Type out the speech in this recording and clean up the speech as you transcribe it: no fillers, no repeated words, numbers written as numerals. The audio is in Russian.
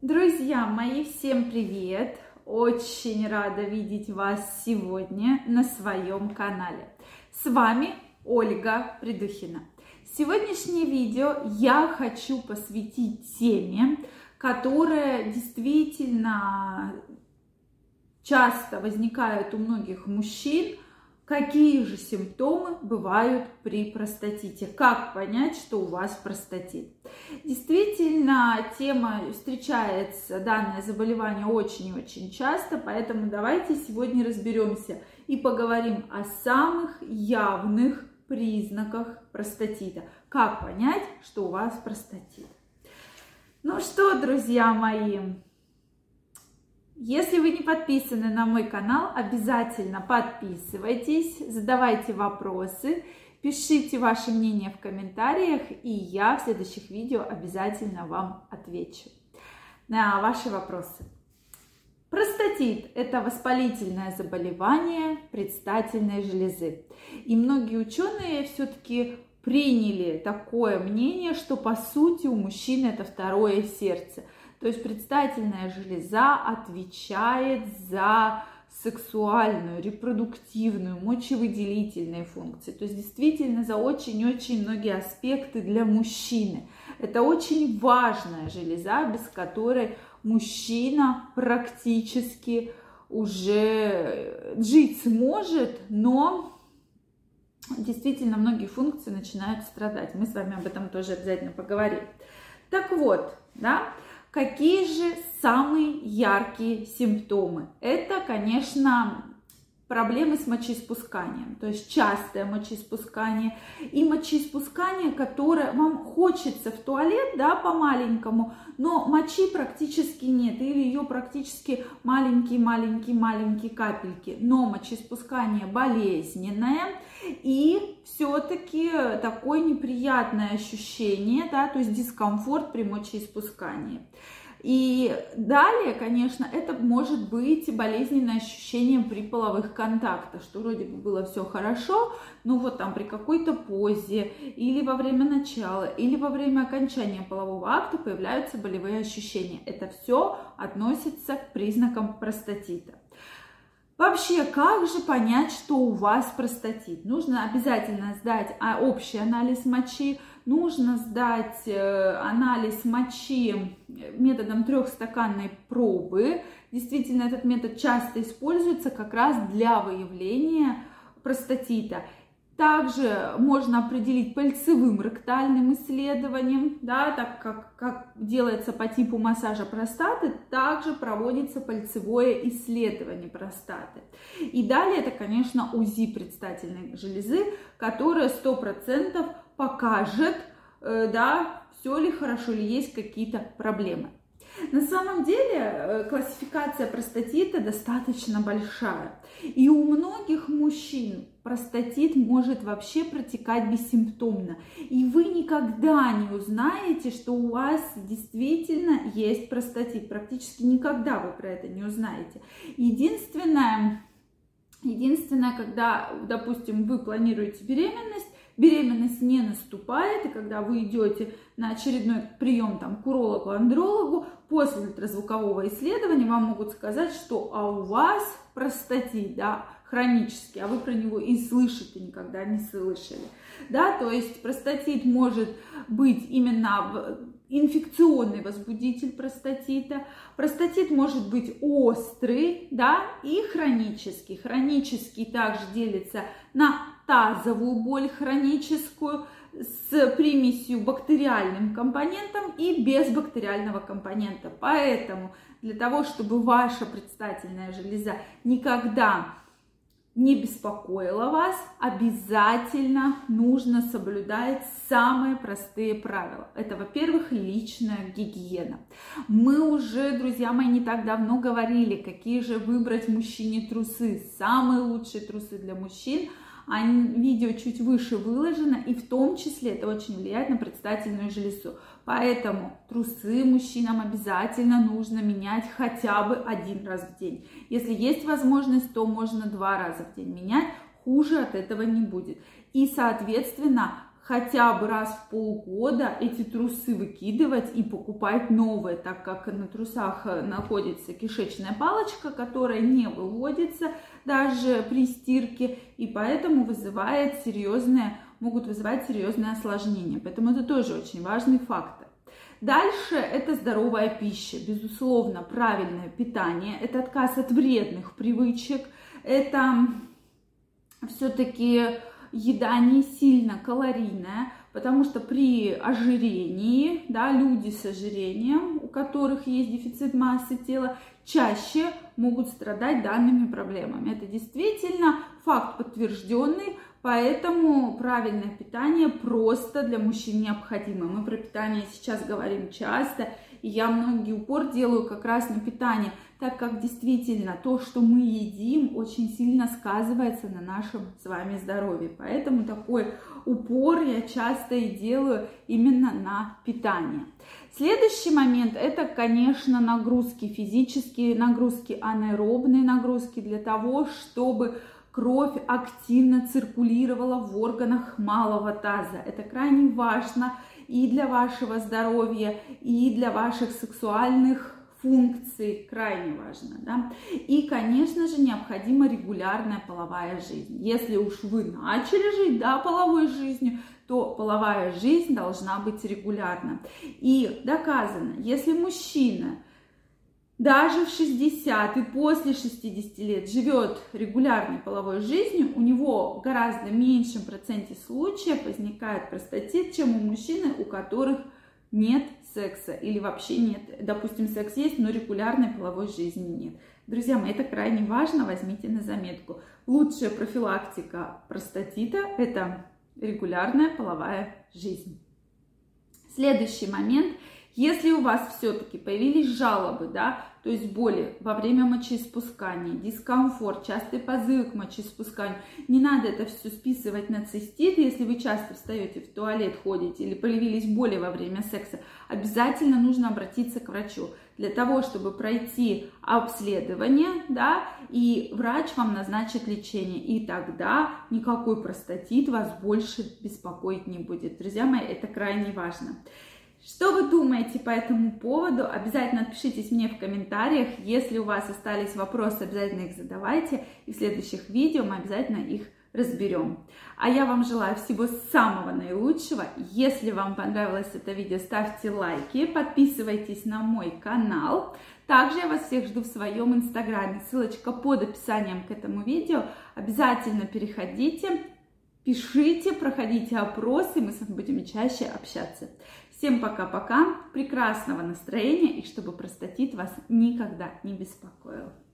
Друзья мои, всем привет! Очень рада видеть вас сегодня на своем канале. С вами Ольга Придухина. Сегодняшнее видео я хочу посвятить теме, которая действительно часто возникает у многих мужчин. Какие же симптомы бывают при простатите? Как понять, что у вас простатит? Действительно, встречается данное заболевание очень и очень часто, поэтому давайте сегодня разберемся и поговорим о самых явных признаках простатита. Как понять, что у вас простатит? Ну что, друзья мои, если вы не подписаны на мой канал, обязательно подписывайтесь, задавайте вопросы, пишите ваше мнение в комментариях, и я в следующих видео обязательно вам отвечу на ваши вопросы. Простатит – это воспалительное заболевание предстательной железы. И многие ученые все-таки приняли такое мнение, что по сути у мужчины это второе сердце. То есть предстательная железа отвечает за сексуальную, репродуктивную, мочевыделительные функции. То есть действительно за очень-очень многие аспекты для мужчины. Это очень важная железа, без которой мужчина практически уже жить сможет, но действительно многие функции начинают страдать. Мы с вами об этом тоже обязательно поговорим. Так вот, да. Какие же самые яркие симптомы? Это, конечно, проблемы с мочеиспусканием, то есть частое мочеиспускание и мочеиспускание, которое вам хочется в туалет, да, по-маленькому, но мочи практически нет, или ее практически маленькие капельки, но мочеиспускание болезненное и все-таки такое неприятное ощущение, да, то есть дискомфорт при мочеиспускании. И далее, конечно, это может быть болезненное ощущение при половых контактах, что вроде бы было все хорошо, но вот там при какой-то позе, или во время начала, или во время окончания полового акта появляются болевые ощущения. Это все относится к признакам простатита. Вообще, как же понять, что у вас простатит? Нужно обязательно сдать общий анализ мочи, нужно сдать анализ мочи методом 3-стаканной пробы. Действительно, этот метод часто используется как раз для выявления простатита. Также можно определить пальцевым ректальным исследованием, да, так как делается по типу массажа простаты, также проводится пальцевое исследование простаты. И далее это, конечно, УЗИ предстательной железы, которая 100% покажет, да, все ли хорошо, ли есть какие-то проблемы. На самом деле классификация простатита достаточно большая. И у многих мужчин простатит может вообще протекать бессимптомно. И вы никогда не узнаете, что у вас действительно есть простатит. Практически никогда вы про это не узнаете. Единственное, когда, допустим, вы планируете беременность не наступает, и когда вы идете на очередной прием к урологу, андрологу, после ультразвукового исследования вам могут сказать, что у вас простатит, да, хронический, а вы про него и слышать-то никогда не слышали. Да, то есть простатит может быть именно инфекционный возбудитель простатита. Простатит может быть острый, да, и хронический. Хронический также делится на тазовую боль хроническую с примесью бактериальным компонентом и без бактериального компонента. Поэтому для того, чтобы ваша предстательная железа никогда не беспокоила вас, обязательно нужно соблюдать самые простые правила. Это, во-первых, личная гигиена. Мы уже, друзья мои, не так давно говорили, какие же выбрать мужчине трусы. Самые лучшие трусы для мужчин. Видео чуть выше выложено, и в том числе это очень влияет на предстательную железу. Поэтому трусы мужчинам обязательно нужно менять хотя бы 1 раз в день. Если есть возможность, то можно 2 раза в день менять, хуже от этого не будет. И, соответственно, хотя бы раз в полгода эти трусы выкидывать и покупать новые, так как на трусах находится кишечная палочка, которая не выводится даже при стирке, и поэтому могут вызывать серьезные осложнения. Поэтому это тоже очень важный фактор. Дальше это здоровая пища, безусловно, правильное питание, это отказ от вредных привычек, это все-таки еда не сильно калорийная, потому что при ожирении, да, люди с ожирением, у которых есть дефицит массы тела, чаще могут страдать данными проблемами. Это действительно факт подтвержденный, поэтому правильное питание просто для мужчин необходимо. Мы про питание сейчас говорим часто, и я многие упор делаю как раз на питание, так как действительно то, что мы едим, очень сильно сказывается на нашем с вами здоровье. Поэтому такой упор я часто и делаю именно на питание. Следующий момент – это, конечно, нагрузки физические, нагрузки анаэробные, нагрузки для того, чтобы кровь активно циркулировала в органах малого таза. Это крайне важно и для вашего здоровья, и для ваших сексуальных функций, крайне важно, да? И, конечно же, необходима регулярная половая жизнь. Если уж вы начали жить, да, половой жизнью, то половая жизнь должна быть регулярна. И доказано, если мужчина даже в 60 и после 60 лет живет регулярной половой жизнью, у него в гораздо меньшем проценте случаев возникает простатит, чем у мужчины, у которых нет секса или вообще нет. Допустим, секс есть, но регулярной половой жизни нет. Друзья мои, это крайне важно, возьмите на заметку. Лучшая профилактика простатита – это регулярная половая жизнь. Следующий момент. Если у вас все-таки появились жалобы, да, то есть боли во время мочеиспускания, дискомфорт, частые позывы к мочеиспусканию, не надо это все списывать на цистит. Если вы часто встаете в туалет, ходите или появились боли во время секса, обязательно нужно обратиться к врачу для того, чтобы пройти обследование, да, и врач вам назначит лечение, и тогда никакой простатит вас больше беспокоить не будет. Друзья мои, это крайне важно. Что вы думаете по этому поводу? Обязательно отпишитесь мне в комментариях. Если у вас остались вопросы, обязательно их задавайте. И в следующих видео мы обязательно их разберем. А я вам желаю всего самого наилучшего. Если вам понравилось это видео, ставьте лайки, подписывайтесь на мой канал. Также я вас всех жду в своем инстаграме. Ссылочка под описанием к этому видео. Обязательно переходите, пишите, проходите опросы, мы с вами будем чаще общаться. Всем пока-пока, прекрасного настроения и чтобы простатит вас никогда не беспокоил.